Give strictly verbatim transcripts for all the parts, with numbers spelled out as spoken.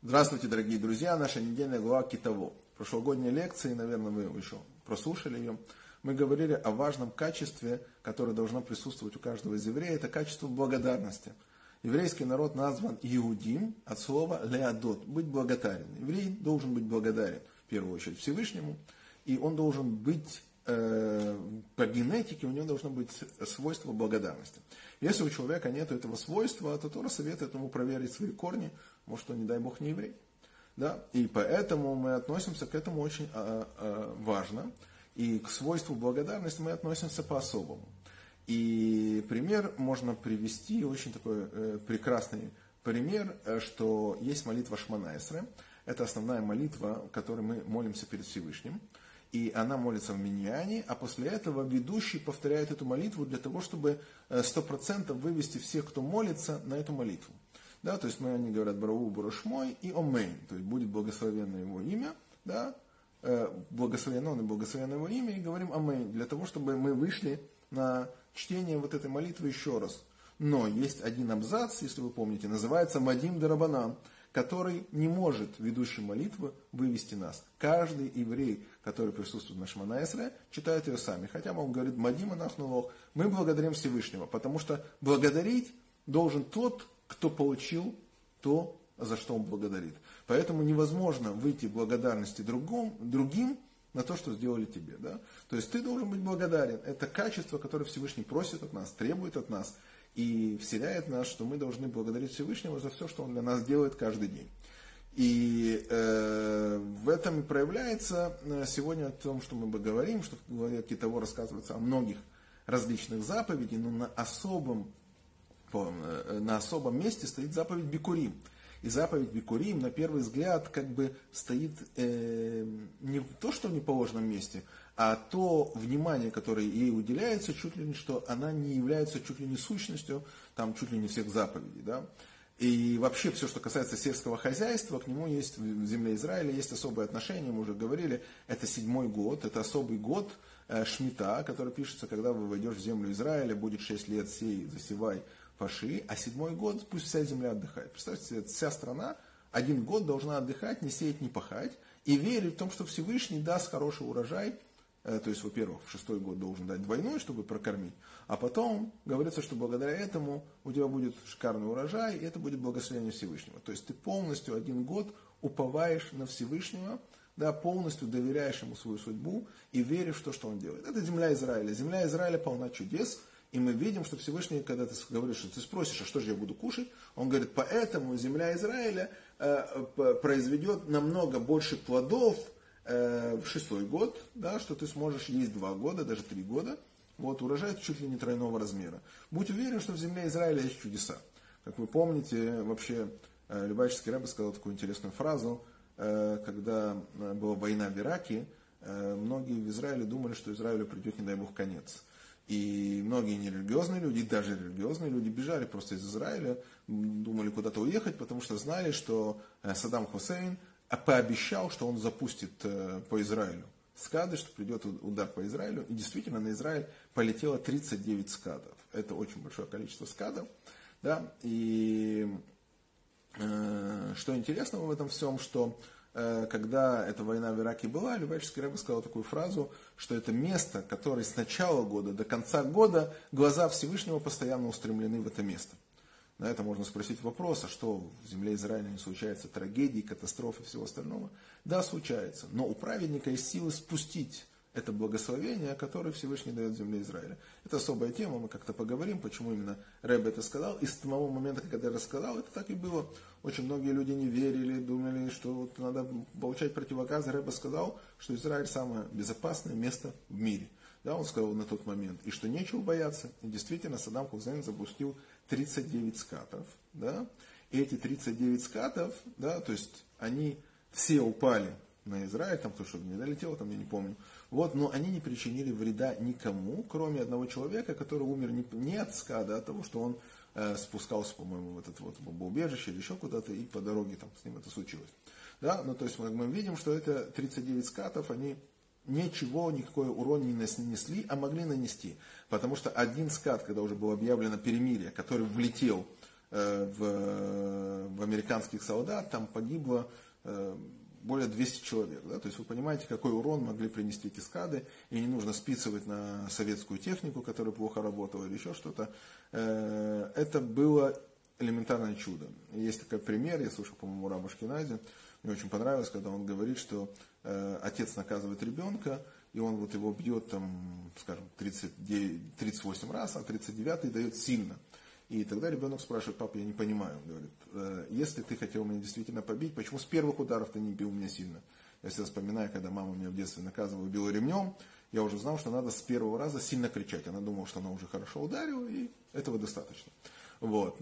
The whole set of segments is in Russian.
Здравствуйте, дорогие друзья! Наша недельная глава Ки-Таво. В прошлогодней лекции, наверное, вы еще прослушали ее, мы говорили о важном качестве, которое должно присутствовать у каждого из еврея, это качество благодарности. Еврейский народ назван Иудим от слова леадот, быть благодарен. Еврей должен быть благодарен, в первую очередь, Всевышнему, и он должен быть, э, по генетике у него должно быть свойство благодарности. Если у человека нет этого свойства, то Тора советует ему проверить свои корни, может, он, не дай Бог, не еврей. Да? И поэтому мы относимся к этому очень а, а, важно. И к свойству благодарности мы относимся по-особому. И пример можно привести, очень такой э, прекрасный пример, что есть молитва Шмона Эсре. Это основная молитва, которой мы молимся перед Всевышним. И она молится в миньяне, а после этого ведущий повторяет эту молитву для того, чтобы сто процентов вывести всех, кто молится, на эту молитву. Да, то есть мы, они говорят Барау Барашмой и Омейн, то есть будет благословенно его имя, да, э, благословен он и благословенно его имя, и говорим Омейн, для того, чтобы мы вышли на чтение вот этой молитвы еще раз. Но есть один абзац, если вы помните, называется Мадим Дарабанан, который не может ведущий молитвы вывести нас. Каждый еврей, который присутствует на Шмона Эсре, читает ее сами. Хотя он говорит Мадим Анахнулох, мы благодарим Всевышнего, потому что благодарить должен тот, кто получил то, за что он благодарит. Поэтому невозможно выйти в благодарности другом, другим на то, что сделали тебе. Да? То есть ты должен быть благодарен. Это качество, которое Всевышний просит от нас, требует от нас и вселяет нас, что мы должны благодарить Всевышнего за все, что он для нас делает каждый день. И э, в этом и проявляется сегодня о том, что мы бы говорим, что в главе Ки-Таво рассказывается о многих различных заповедей, но на особом на особом месте стоит заповедь Бикурим. И заповедь Бикурим, на первый взгляд, как бы стоит э, не то, что в неположенном месте, а то внимание, которое ей уделяется, чуть ли не что она не является чуть ли не сущностью, там чуть ли не всех заповедей. Да? И вообще все, что касается сельского хозяйства, к нему есть в земле Израиля есть особое отношение, мы уже говорили, это седьмой год, это особый год э, Шмита, который пишется, когда вы войдешь в землю Израиля, будет шесть лет сей, засевай, паши, а седьмой год пусть вся земля отдыхает. Представьте себе, вся страна один год должна отдыхать, не сеять, не пахать, и верить в том, что Всевышний даст хороший урожай. То есть, во-первых, в шестой год должен дать двойной, чтобы прокормить, а потом говорится, что благодаря этому у тебя будет шикарный урожай, и это будет благословение Всевышнего. То есть ты полностью один год уповаешь на Всевышнего, да, полностью доверяешь ему свою судьбу и веришь в то, что он делает. Это земля Израиля. Земля Израиля полна чудес. И мы видим, что Всевышний, когда ты говоришь, что ты спросишь, а что же я буду кушать, он говорит, поэтому земля Израиля э, произведет намного больше плодов э, в шестой год, да, что ты сможешь есть два года, даже три года. Вот, урожай чуть ли не тройного размера. Будь уверен, что в земле Израиля есть чудеса. Как вы помните, вообще э, Любавический Ребе сказал такую интересную фразу, э, когда была война в Ираке, э, многие в Израиле думали, что Израилю придет, не дай Бог, конец. И многие нерелигиозные люди, и даже религиозные люди бежали просто из Израиля, думали куда-то уехать, потому что знали, что Саддам Хусейн пообещал, что он запустит по Израилю скады, что придет удар по Израилю. И действительно на Израиль полетело тридцать девять скадов. Это очень большое количество скадов. Да? И э, что интересного в этом всем, что когда эта война в Ираке была, Любавический Ребе сказал такую фразу, что это место, которое с начала года до конца года глаза Всевышнего постоянно устремлены в это место. На это можно спросить вопрос, а что в земле Израиля не случается трагедий, катастроф и всего остального? Да, случается, но у праведника есть силы спустить это благословение, которое Всевышний дает земле Израиля. Это особая тема, мы как-то поговорим, почему именно Ребе это сказал. И с того момента, когда я рассказал, это так и было. Очень многие люди не верили, думали, что вот надо получать противогаzy. Ребе сказал, что Израиль самое безопасное место в мире. Да, он сказал на тот момент. И что нечего бояться. И действительно, Саддам Хусейн запустил тридцать девять скатов. Да? И эти тридцать девять скатов, да, то есть они все упали на Израиль, там кто что-то не долетело, там я не помню. Вот, но они не причинили вреда никому, кроме одного человека, который умер не, не от скада, а от того, что он э, спускался, по-моему, в это вот бомбоубежище или еще куда-то, и по дороге там с ним это случилось. Да? Ну, то есть мы, мы видим, что это тридцать девять скатов, они ничего, никакой урон не нанесли, а могли нанести. Потому что один скат, когда уже было объявлено перемирие, который влетел в, в американских солдат, там погибло более двухсот человек. Да? То есть вы понимаете, какой урон могли принести эти скады, и не нужно списывать на советскую технику, которая плохо работала или еще что-то. Это было элементарное чудо. Есть такой пример, я слышал, по-моему, Раба Ашкенази, мне очень понравилось, когда он говорит, что отец наказывает ребенка, и он вот его бьет, там, скажем, тридцать девять, тридцать восемь раз, а тридцать девятый дает сильно. И тогда ребенок спрашивает: папа, я не понимаю, он говорит, если ты хотел меня действительно побить, почему с первых ударов ты не бил меня сильно? Я всегда вспоминаю, когда мама меня в детстве наказывала, била ремнем, я уже знал, что надо с первого раза сильно кричать. Она думала, что она уже хорошо ударила, и этого достаточно. Вот.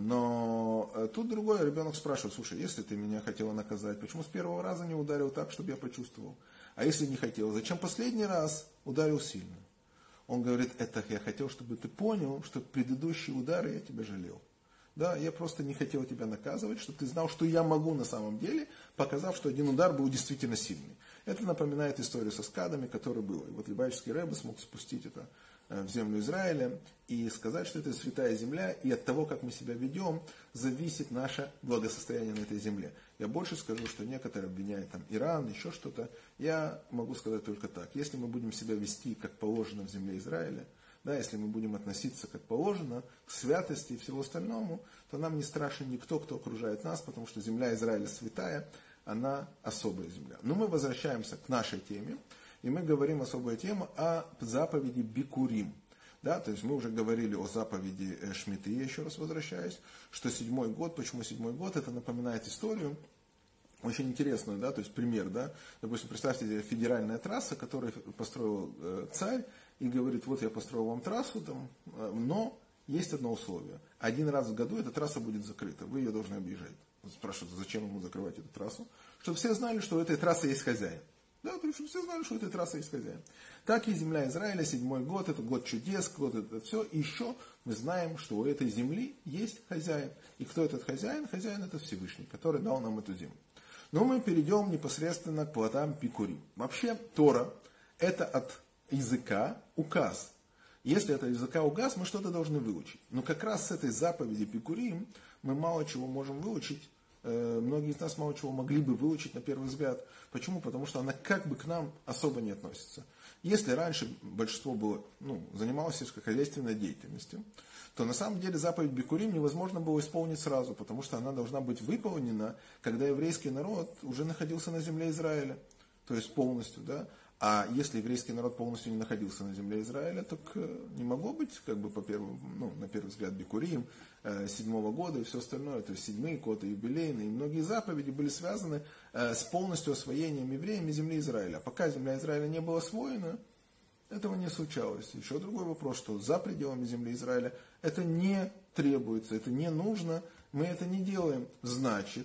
Но тут другой ребенок спрашивает: слушай, если ты меня хотела наказать, почему с первого раза не ударил так, чтобы я почувствовал? А если не хотел, зачем последний раз ударил сильно? Он говорит: это я хотел, чтобы ты понял, что предыдущие удары я тебя жалел. Да, я просто не хотел тебя наказывать, чтобы ты знал, что я могу на самом деле, показав, что один удар был действительно сильный. Это напоминает историю со скадами, которая была. И вот Любавический Ребе смог спустить это в землю Израиля и сказать, что это святая земля, и от того, как мы себя ведем, зависит наше благосостояние на этой земле. Я больше скажу, что некоторые обвиняют там Иран, еще что-то. Я могу сказать только так: если мы будем себя вести как положено в земле Израиля, да, если мы будем относиться как положено к святости и всего остальному, то нам не страшен никто, кто окружает нас, потому что земля Израиля святая, она особая земля. Но мы возвращаемся к нашей теме, и мы говорим особую тему о заповеди Бикурим. Да, то есть мы уже говорили о заповеди Шмиты, я еще раз возвращаюсь, что седьмой год, почему седьмой год, это напоминает историю очень интересную, да, то есть пример, да, допустим, представьте себе федеральная трасса, которую построил э, царь, и говорит: вот я построил вам трассу, там, э, но есть одно условие, один раз в году эта трасса будет закрыта, вы ее должны объезжать. Спрашивают: зачем ему закрывать эту трассу? Чтобы все знали, что у этой трассы есть хозяин. Да, то есть, чтобы все знали, что у этой трассы есть хозяин. Так и земля Израиля, седьмой год, это год чудес, год это все. И еще мы знаем, что у этой земли есть хозяин. И кто этот хозяин? Хозяин это Всевышний, который дал нам эту землю. Но мы перейдем непосредственно к плодам Бикурим. Вообще Тора это от языка указ. Если это языка указ, мы что-то должны выучить. Но как раз с этой заповеди Бикурим мы мало чего можем выучить. Многие из нас мало чего могли бы выучить на первый взгляд. Почему? Потому что она как бы к нам особо не относится. Если раньше большинство было, ну, занималось сельскохозяйственной деятельностью, то на самом деле заповедь Бикурим невозможно было исполнить сразу, потому что она должна быть выполнена, когда еврейский народ уже находился на земле Израиля, то есть полностью, да. А если еврейский народ полностью не находился на земле Израиля, так не могло быть, как бы по первому, ну, на первый взгляд, Бикурим, седьмого года и все остальное, то есть седьмые годы, юбилейные, и многие заповеди были связаны с полностью освоением евреями земли Израиля. А пока земля Израиля не была освоена, этого не случалось. Еще другой вопрос, что за пределами земли Израиля это не требуется, это не нужно, мы это не делаем. Значит,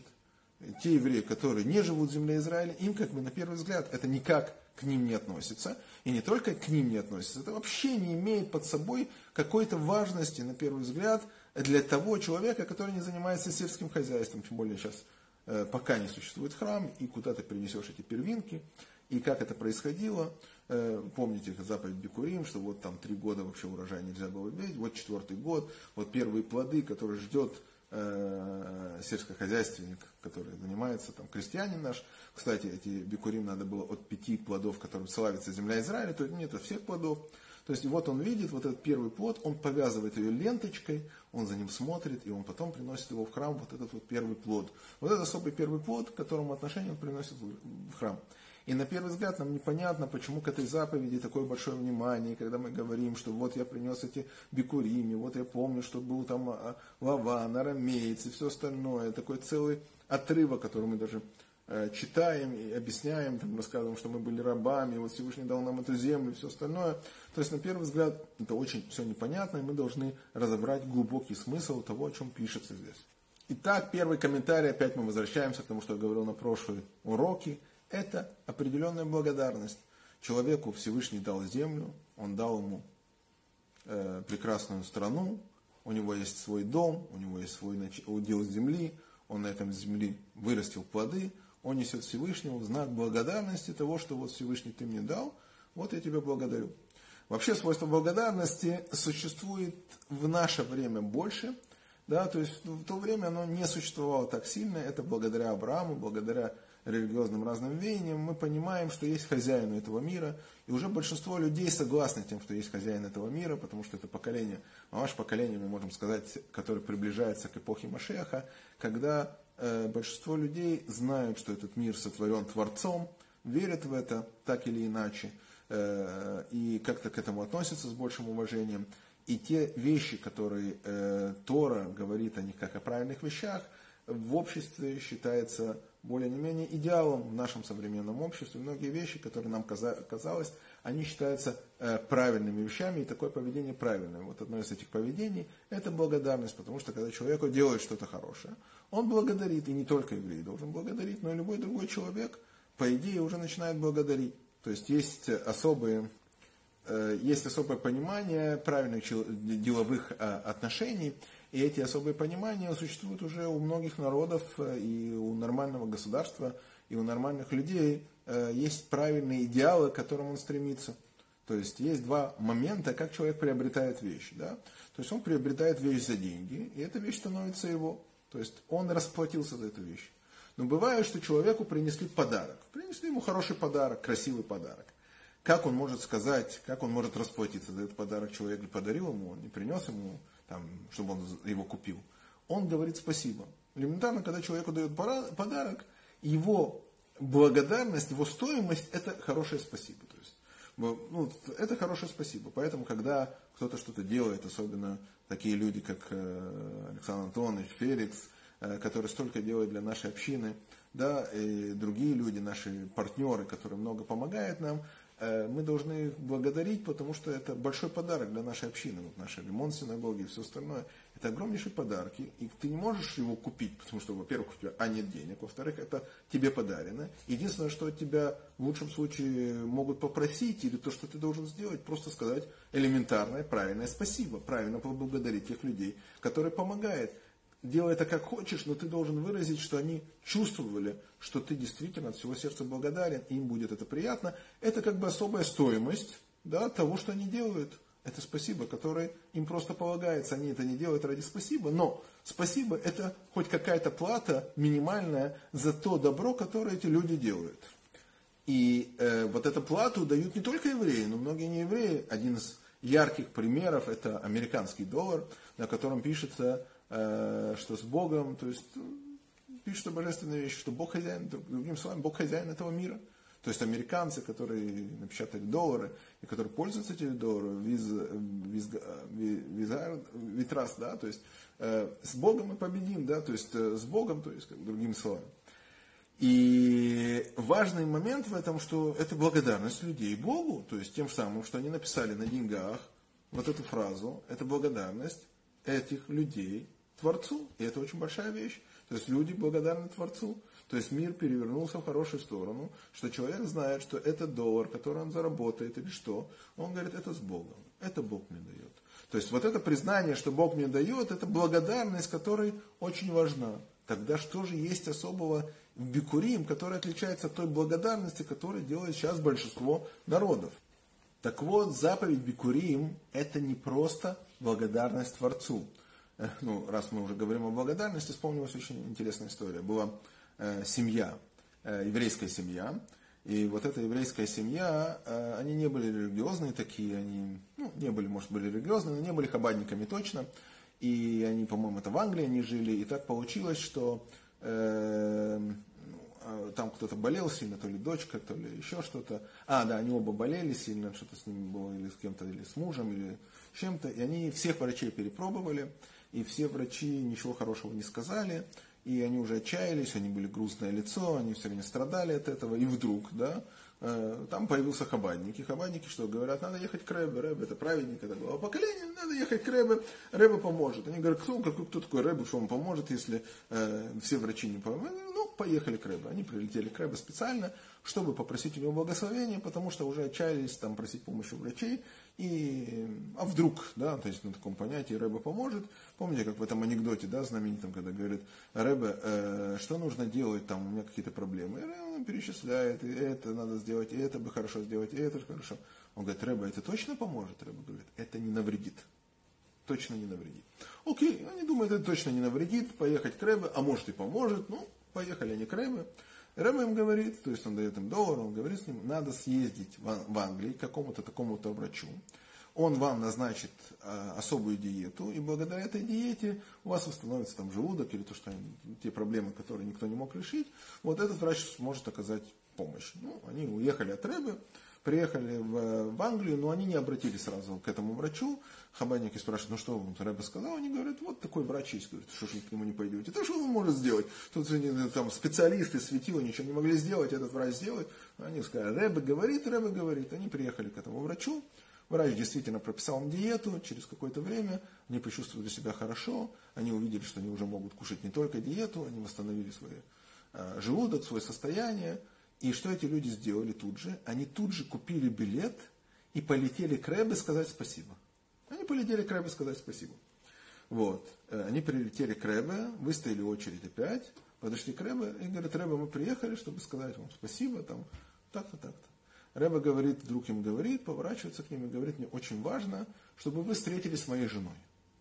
те евреи, которые не живут в земле Израиля, им, как бы на первый взгляд, это никак к ним не относится. И не только к ним не относится, это вообще не имеет под собой какой-то важности, на первый взгляд, для того человека, который не занимается сельским хозяйством. Тем более сейчас э, пока не существует храм, и куда ты принесешь эти первинки, и как это происходило. Э, помните заповедь Бикурим, что вот там три года вообще урожая нельзя было иметь, вот четвертый год, вот первые плоды, которые ждет э, сельскохозяйственник, который занимается, там, крестьянин наш. Кстати, эти Бикурим надо было от пяти плодов, которым славится земля Израиля, то нет, от всех плодов. То есть, и вот он видит вот этот первый плод, он повязывает ее ленточкой, он за ним смотрит, и он потом приносит его в храм, вот этот вот первый плод. Вот это особый первый плод, к которому отношение он приносит в храм. И на первый взгляд нам непонятно, почему к этой заповеди такое большое внимание, когда мы говорим, что вот я принес эти бикурими, вот я помню, что был там Лаван, арамеец и все остальное. Такой целый отрывок, который мы даже читаем и объясняем, там, рассказываем, что мы были рабами, вот Всевышний дал нам эту землю и все остальное. То есть, на первый взгляд, это очень все непонятно, и мы должны разобрать глубокий смысл того, о чем пишется здесь. Итак, первый комментарий, опять мы возвращаемся к тому, что я говорил на прошлые уроки. Это определенная благодарность. Человеку Всевышний дал землю, он дал ему э, прекрасную страну, у него есть свой дом, у него есть свой удел земли, он на этом земле вырастил плоды, он несет Всевышнему в знак благодарности того, что вот Всевышний ты мне дал, вот я тебя благодарю. Вообще свойство благодарности существует в наше время больше, Да, то есть в то время оно не существовало так сильно, это благодаря Аврааму, благодаря религиозным разным веяниям, мы понимаем, что есть хозяин этого мира, и уже большинство людей согласны тем, что есть хозяин этого мира, потому что это поколение, а ваше поколение, мы можем сказать, которое приближается к эпохе Машеха, когда э, большинство людей знают, что этот мир сотворен Творцом, верят в это так или иначе, э, и как-то к этому относятся с большим уважением. И те вещи, которые э, Тора говорит о них как о правильных вещах, в обществе считается более не менее идеалом в нашем современном обществе. Многие вещи, которые нам казалось, они считаются э, правильными вещами, и такое поведение правильное. Вот одно из этих поведений – это благодарность, потому что когда человеку делает что-то хорошее, он благодарит, и не только еврей должен благодарить, но и любой другой человек, по идее, уже начинает благодарить. То есть есть особые... Есть особое понимание правильных деловых отношений, и эти особые понимания существуют уже у многих народов, и у нормального государства, и у нормальных людей. Есть правильные идеалы, к которым он стремится. То есть есть два момента, как человек приобретает вещь. Да? То есть он приобретает вещь за деньги, и эта вещь становится его. То есть он расплатился за эту вещь. Но бывает, что человеку принесли подарок. Принесли ему хороший подарок, красивый подарок. Как он может сказать, как он может расплатиться за этот подарок? Человек подарил ему, он не принес ему, там, чтобы он его купил. Он говорит спасибо. Элементарно, когда человеку дают подарок, его благодарность, его стоимость – это хорошее спасибо. То есть, ну, это хорошее спасибо. Поэтому, когда кто-то что-то делает, особенно такие люди, как Александр Антонович, Феликс, который столько делает для нашей общины, да, и другие люди, наши партнеры, которые много помогают нам, мы должны их благодарить, потому что это большой подарок для нашей общины, вот наш ремонт синагоги и все остальное. Это огромнейшие подарки, и ты не можешь его купить, потому что, во-первых, у тебя а, нет денег, во-вторых, это тебе подарено. Единственное, что от тебя в лучшем случае могут попросить, или то, что ты должен сделать, просто сказать элементарное, правильное спасибо, правильно поблагодарить тех людей, которые помогают. Делай это как хочешь, но ты должен выразить, что они чувствовали, что ты действительно от всего сердца благодарен, и им будет это приятно. Это как бы особая стоимость, да, того, что они делают. Это спасибо, которое им просто полагается. Они это не делают ради спасибо, но спасибо – это хоть какая-то плата минимальная за то добро, которое эти люди делают. И э, вот эту плату дают не только евреи, но многие не евреи. Один из ярких примеров – это американский доллар, на котором пишется, что с Богом, то есть пишут божественные вещи, что Бог хозяин, другим словам, Бог хозяин этого мира. То есть американцы, которые напечатали доллары, и которые пользуются этими долларами, виз, виз, виз, витрас, да, то есть э, с Богом мы победим, да, то есть э, с Богом, то есть другими словами. И важный момент в этом, что это благодарность людей Богу, то есть тем самым, что они написали на деньгах вот эту фразу, это благодарность этих людей Творцу. И это очень большая вещь. То есть люди благодарны Творцу. То есть мир перевернулся в хорошую сторону, что человек знает, что этот доллар, который он заработает или что, он говорит, это с Богом. Это Бог мне дает. То есть вот это признание, что Бог мне дает, это благодарность, которая очень важна. Тогда что же есть особого в бикурим, который отличается от той благодарности, которую делает сейчас большинство народов? Так вот, заповедь бикурим – это не просто благодарность Творцу. Ну, раз мы уже говорим о благодарности, вспомнилась очень интересная история. Была э, семья, э, еврейская семья, и вот эта еврейская семья, э, они не были религиозные такие, они, ну, не были, может, были религиозные, но не были хабадниками точно. И они, по-моему, это в Англии они жили, и так получилось, что э, там кто-то болел сильно, то ли дочка, то ли еще что-то. А, да, они оба болели сильно, что-то с ними было, или с кем-то, или с мужем, или с чем-то. И они всех врачей перепробовали, и все врачи ничего хорошего не сказали. И они уже отчаялись, они были грустное лицо, они все время страдали от этого. И вдруг, да, там появился хабадник. И хабадники что говорят? Надо ехать к Ребе. Ребе это праведник, это было поколение, надо ехать к Ребе. Ребе поможет. Они говорят, кто, какой, кто такой Ребе, что он поможет, если э, все врачи не помогут? Ну, поехали к Ребе. Они прилетели к Ребе специально, чтобы попросить у него благословения, потому что уже отчаялись там просить помощи у врачей. И, а вдруг, да, то есть на таком понятии Ребе поможет. Помните, как в этом анекдоте, да, знаменитом, когда говорит, Ребе, э, что нужно делать, там у меня какие-то проблемы. И Ребе перечисляет, и это надо сделать, и это бы хорошо сделать, и это же хорошо. Он говорит, Ребе, это точно поможет? Ребе говорит, это не навредит. точно не навредит. Окей, они думают, это точно не навредит, поехать к Ребе, а может и поможет, ну, поехали они к Ребе. Ребе им говорит, то есть он дает им доллар, он говорит с ним, надо съездить в Англию к какому-то такому-то врачу. Он вам назначит а, особую диету, и благодаря этой диете у вас восстановится там желудок или то, что те проблемы, которые никто не мог решить, вот этот врач сможет оказать помощь. Ну, они уехали от Ребе, приехали в, в Англию, но они не обратились сразу к этому врачу. Хабадники спрашивают, ну что вам Ребе сказал? Они говорят, вот такой врач есть. Говорят, что ж вы к нему не пойдете? Да что он может сделать? Тут там специалисты светила ничего не могли сделать, этот врач сделает. Они сказали, Ребе говорит, Ребе говорит. Они приехали к этому врачу. Врач действительно прописал им диету, через какое-то время они почувствовали себя хорошо, они увидели, что они уже могут кушать не только диету, они восстановили свой э, желудок, свое состояние. И что эти люди сделали тут же? Они тут же купили билет и полетели к Ребе сказать спасибо. Они полетели к Ребе сказать спасибо. Вот. Они прилетели к Ребе, выстояли очередь опять, подошли к Ребе и говорят, Ребе, мы приехали, чтобы сказать вам спасибо, там, так-то, так-то. Ребе говорит, вдруг им говорит, поворачивается к ним и говорит, мне очень важно, чтобы вы встретились с моей женой.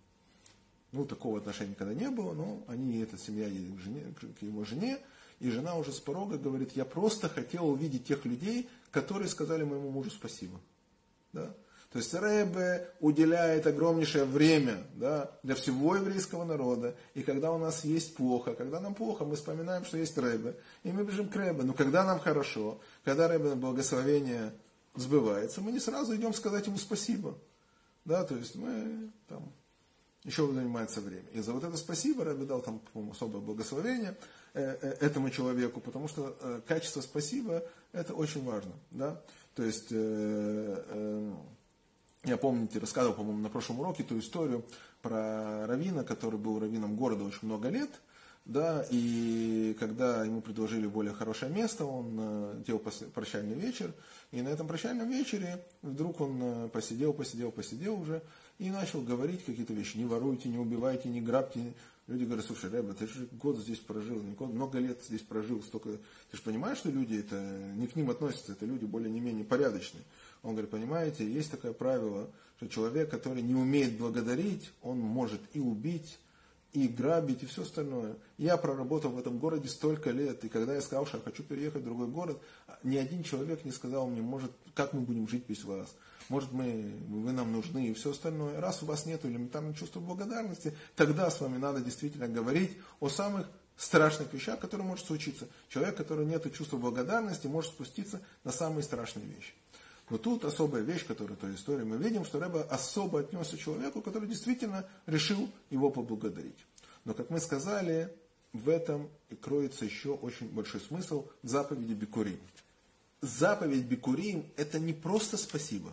Ну, такого отношения никогда не было, но они, эта семья едет к, жене, к его жене, и жена уже с порога говорит, я просто хотела увидеть тех людей, которые сказали моему мужу спасибо. Да? То есть Ребе уделяет огромнейшее время, да, для всего еврейского народа. И когда у нас есть плохо, когда нам плохо, мы вспоминаем, что есть Ребе, и мы бежим к Ребе. Но когда нам хорошо, когда Ребе благословение сбывается, мы не сразу идем сказать ему спасибо. Да, то есть мы там еще занимается время. И за вот это спасибо Ребе дал там, по-моему, особое благословение э, э, этому человеку, потому что э, качество спасибо это очень важно. Да? То есть э, э, я, помните, рассказывал, по-моему, на прошлом уроке ту историю про раввина, который был раввином города очень много лет, да, и когда ему предложили более хорошее место, он делал прощальный вечер, и на этом прощальном вечере вдруг он посидел, посидел, посидел уже, и начал говорить какие-то вещи, не воруйте, не убивайте, не грабьте. Люди говорят, слушай, Ребе, ты же год здесь прожил, много лет здесь прожил, столько... Ты же понимаешь, что люди это не к ним относятся, это люди более не менее порядочные. Он говорит, понимаете, есть такое правило, что человек, который не умеет благодарить, он может и убить, и грабить, и все остальное. Я проработал в этом городе столько лет, и когда я сказал, что я хочу переехать в другой город, ни один человек не сказал мне, может, как мы будем жить без вас, может, мы, вы нам нужны, и все остальное. Раз у вас нет элементарного чувства благодарности, тогда с вами надо действительно говорить о самых страшных вещах, которые может случиться. Человек, который нет чувства благодарности, может спуститься на самые страшные вещи. Но тут особая вещь, которая в той истории, мы видим, что Ребе особо отнесся к человеку, который действительно решил его поблагодарить. Но, как мы сказали, в этом и кроется еще очень большой смысл в заповеди Бикурим. Заповедь Бикурим – это не просто спасибо.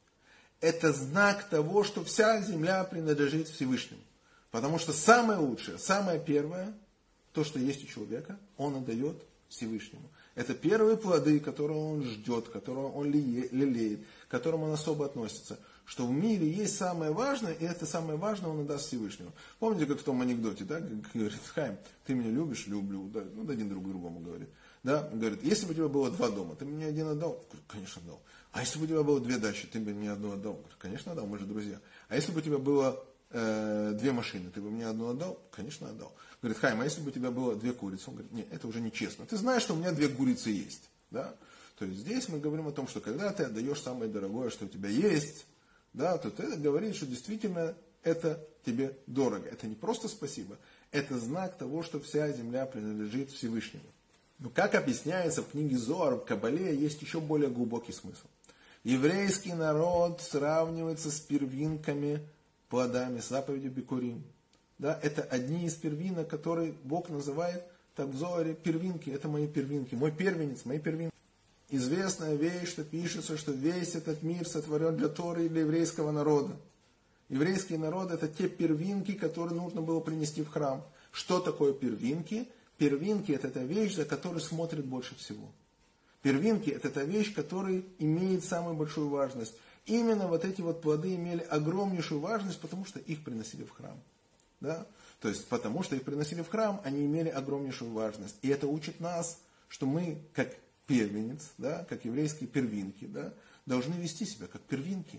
Это знак того, что вся земля принадлежит Всевышнему. Потому что самое лучшее, самое первое, то, что есть у человека, он отдает Всевышнему. Это первые плоды, которые он ждет, которые он лелеет, к которым он особо относится. Что в мире есть самое важное, и это самое важное он отдаст Всевышнему. Помните, как в том анекдоте, да, говорит, Хайм, ты меня любишь? Люблю. Да, ну, один друг другому говорит. Да, говорит, если бы у тебя было два дома, ты бы мне один отдал? Говорит, конечно, отдал. А если бы у тебя было две дачи, ты бы мне одну отдал? Говорит, конечно, отдал, мы же друзья. А если бы у тебя было э, две машины, ты бы мне одну отдал? Конечно, отдал. Говорит, Хайм, а если бы у тебя было две курицы? Он говорит, нет, это уже нечестно. Ты знаешь, что у меня две курицы есть. Да? То есть здесь мы говорим о том, что когда ты отдаешь самое дорогое, что у тебя есть, да, то это говорит, что действительно это тебе дорого. Это не просто спасибо, это знак того, что вся земля принадлежит Всевышнему. Но как объясняется в книге Зоар, в Кабале есть еще более глубокий смысл. Еврейский народ сравнивается с первинками, плодами, с заповедью Бикурим. Да, это одни из первинок, которые Бог называет так в Зоаре первинки. Это мои первинки, мой первенец, мои первинки. Известная вещь, что пишется, что весь этот мир сотворен для Торы и для еврейского народа. Еврейский народ это те первинки, которые нужно было принести в храм. Что такое первинки? Первинки это та вещь, за которой смотрят больше всего. Первинки это та вещь, которая имеет самую большую важность. Именно вот эти вот плоды имели огромнейшую важность, потому что их приносили в храм. Да? То есть потому что их приносили в храм, они имели огромнейшую важность. И это учит нас, что мы как первенец, да, как еврейские первинки, да, должны вести себя как первинки.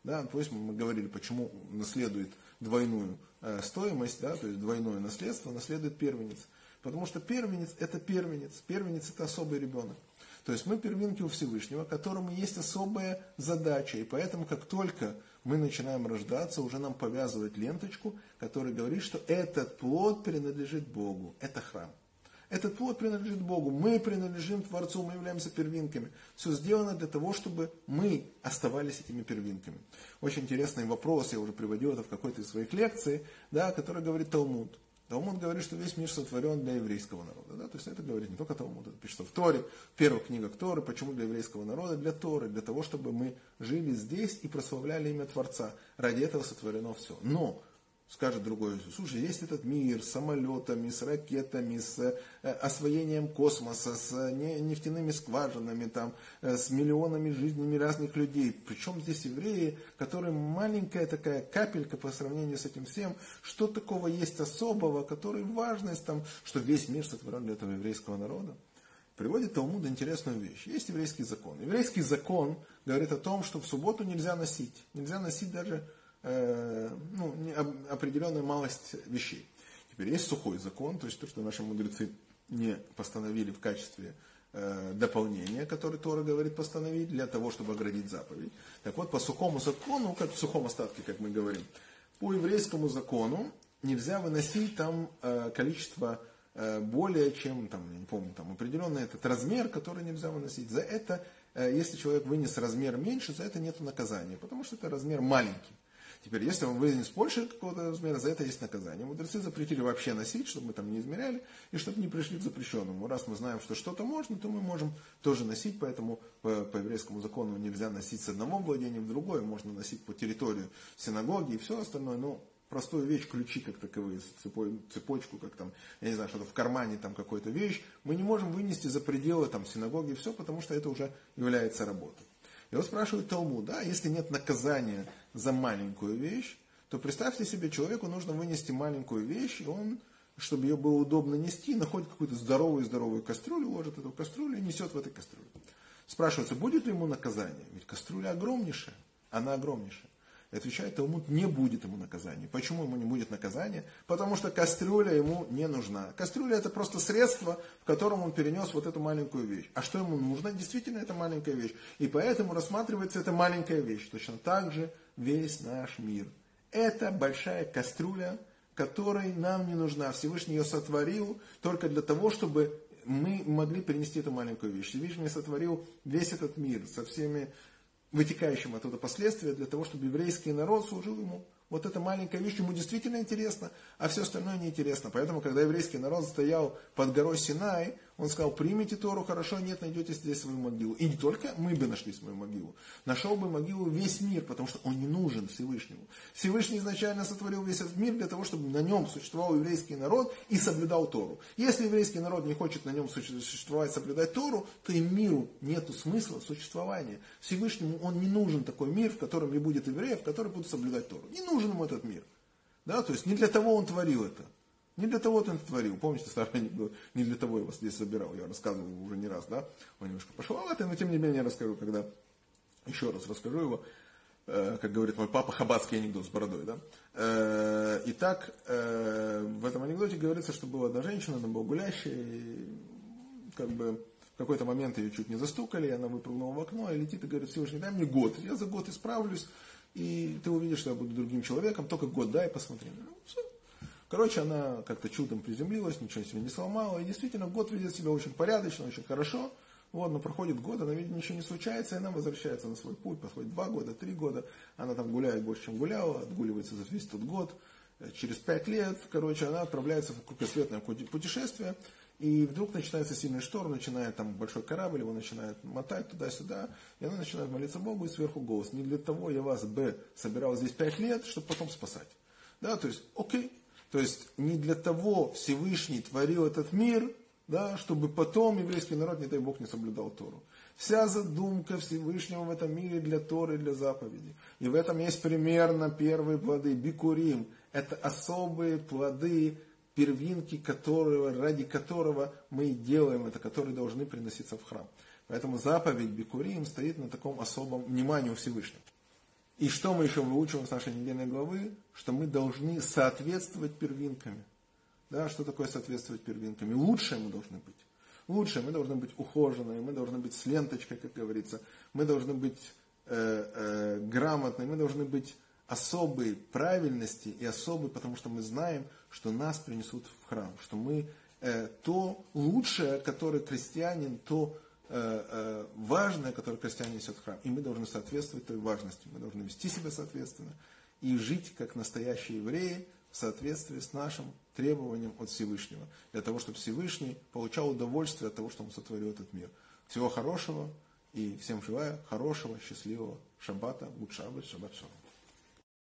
Да, то есть мы говорили, почему наследует двойную э, стоимость, да, то есть двойное наследство, наследует первенец. Потому что первенец это первенец, первенец это особый ребенок. То есть мы первинки у Всевышнего, которому есть особая задача. И поэтому, как только мы начинаем рождаться, уже нам повязывают ленточку, которая говорит, что этот плод принадлежит Богу. Это храм. Этот плод принадлежит Богу. Мы принадлежим Творцу, мы являемся первинками. Все сделано для того, чтобы мы оставались этими первинками. Очень интересный вопрос, я уже приводил это в какой-то из своих лекций, да, который говорит Талмуд. Талмуд говорит, что весь мир сотворен для еврейского народа. Да? То есть это говорит не только Талмуд, это пишется в Торе, в первых книгах Торы. Почему для еврейского народа? Для Торы, для того, чтобы мы жили здесь и прославляли имя Творца. Ради этого сотворено все. Но, скажет другой, слушай, есть этот мир с самолетами, с ракетами, с э, освоением космоса, с э, нефтяными скважинами, там, э, с миллионами жизнями разных людей. Причем здесь евреи, которые маленькая такая капелька по сравнению с этим всем. Что такого есть особого, который важность, там, что весь мир сотворен для этого еврейского народа? Приводит Талмуд интересную вещь. Есть еврейский закон. Еврейский закон говорит о том, что в субботу нельзя носить. Нельзя носить даже ну, определенную малость вещей. Теперь есть сухой закон, то есть то, что наши мудрецы не постановили в качестве э, дополнения, который Тора говорит постановить, для того, чтобы оградить заповедь. Так вот, по сухому закону, как в сухом остатке, как мы говорим, по еврейскому закону нельзя выносить там э, количество э, более чем, там, я не помню, там определенный этот размер, который нельзя выносить. За это, э, если человек вынес размер меньше, за это нет наказания, потому что это размер маленький. Теперь, если он вынес больше какого-то размера, за это есть наказание. Мудрецы запретили вообще носить, чтобы мы там не измеряли, и чтобы не пришли к запрещенному. Раз мы знаем, что что-то можно, то мы можем тоже носить, поэтому по, по еврейскому закону нельзя носить с одного владения в другое, можно носить по территорию синагоги и все остальное. Но простую вещь, ключи как таковые, цепочку, как там, я не знаю, что-то в кармане, там какую-то вещь, мы не можем вынести за пределы там синагоги и все, потому что это уже является работой. И вот спрашивает Талмуд, да, если нет наказания за маленькую вещь, то представьте себе, человеку нужно вынести маленькую вещь, и он, чтобы ее было удобно нести, находит какую-то здоровую-здоровую кастрюлю, ложит эту кастрюлю и несет в этой кастрюле. Спрашивается, будет ли ему наказание? Ведь кастрюля огромнейшая, она огромнейшая. И отвечает Талмуд, не будет ему наказания. Почему ему не будет наказания? Потому что кастрюля ему не нужна. Кастрюля это просто средство, в котором он перенес вот эту маленькую вещь. А что ему нужно? Действительно, это маленькая вещь. И поэтому рассматривается эта маленькая вещь. Точно так же весь наш мир. Это большая кастрюля, которая нам не нужна. Всевышний ее сотворил только для того, чтобы мы могли перенести эту маленькую вещь. Всевышний сотворил весь этот мир со всеми вытекающим оттуда последствия, для того, чтобы еврейский народ служил ему. Вот эта маленькая вещь ему действительно интересна, а все остальное неинтересно. Поэтому, когда еврейский народ стоял под горой Синай, он сказал, примите Тору, хорошо, нет, найдете здесь свою могилу. И не только мы бы нашли свою могилу, нашел бы могилу весь мир, потому что он не нужен Всевышнему. Всевышний изначально сотворил весь этот мир для того, чтобы на нем существовал еврейский народ и соблюдал Тору. Если еврейский народ не хочет на нем существовать, соблюдать Тору, то и миру нету смысла существования. Всевышнему он не нужен такой мир, в котором не будет евреев, которые будут соблюдать Тору. Не нужен ему этот мир. Да? То есть не для того он творил это. Не для того он это творил. Помните, старый анекдот? Не для того я вас здесь собирал. Я рассказывал уже не раз, да? Он немножко пошел в это, но тем не менее я расскажу, когда еще раз расскажу его. Э, как говорит мой папа, хаббатский анекдот с бородой, да? Э, итак, э, в этом анекдоте говорится, что была одна женщина, она была гулящая, и как бы в какой-то момент ее чуть не застукали, и она выпрыгнула в окно, и летит и говорит, Всевышний, дай мне год, я за год исправлюсь, и ты увидишь, что я буду другим человеком, только год дай, посмотри. Ну, все. Короче, она как-то чудом приземлилась, ничего себе не сломала, и действительно год ведет себя очень порядочно, очень хорошо. Вот, но проходит год, она видит, ничего не случается, и она возвращается на свой путь, подходит два года, три года, она там гуляет больше, чем гуляла, отгуливается за весь тот год. Через пять лет, короче, она отправляется в кругосветное путешествие, и вдруг начинается сильный шторм, начинает там большой корабль, его начинает мотать туда-сюда, и она начинает молиться Богу, и сверху голос, не для того я вас, Б, собирал здесь пять лет, чтобы потом спасать. Да, то есть, окей. То есть не для того Всевышний творил этот мир, да, чтобы потом еврейский народ, не дай Бог, не соблюдал Тору. Вся задумка Всевышнего в этом мире для Торы и для заповедей. И в этом есть примерно первые плоды. Бикурим. Это особые плоды, первинки, которого, ради которого мы делаем это, которые должны приноситься в храм. Поэтому заповедь Бикурим стоит на таком особом внимании у Всевышнего. И что мы еще выучиваем с нашей недельной главы? Что мы должны соответствовать первинками. Да, что такое соответствовать первинками? Лучшее мы должны быть. Лучшее мы должны быть ухоженные, мы должны быть с ленточкой, как говорится. Мы должны быть э, э, грамотные, мы должны быть особой правильности и особой, потому что мы знаем, что нас принесут в храм. Что мы э, то лучшее, которое крестьянин, то важное, которое крестьянин несет в храм. И мы должны соответствовать той важности. Мы должны вести себя соответственно и жить как настоящие евреи в соответствии с нашим требованием от Всевышнего. Для того, чтобы Всевышний получал удовольствие от того, что Он сотворил этот мир. Всего хорошего и всем желаю хорошего, счастливого шаббата, гуд шаббат, шаббат шалом.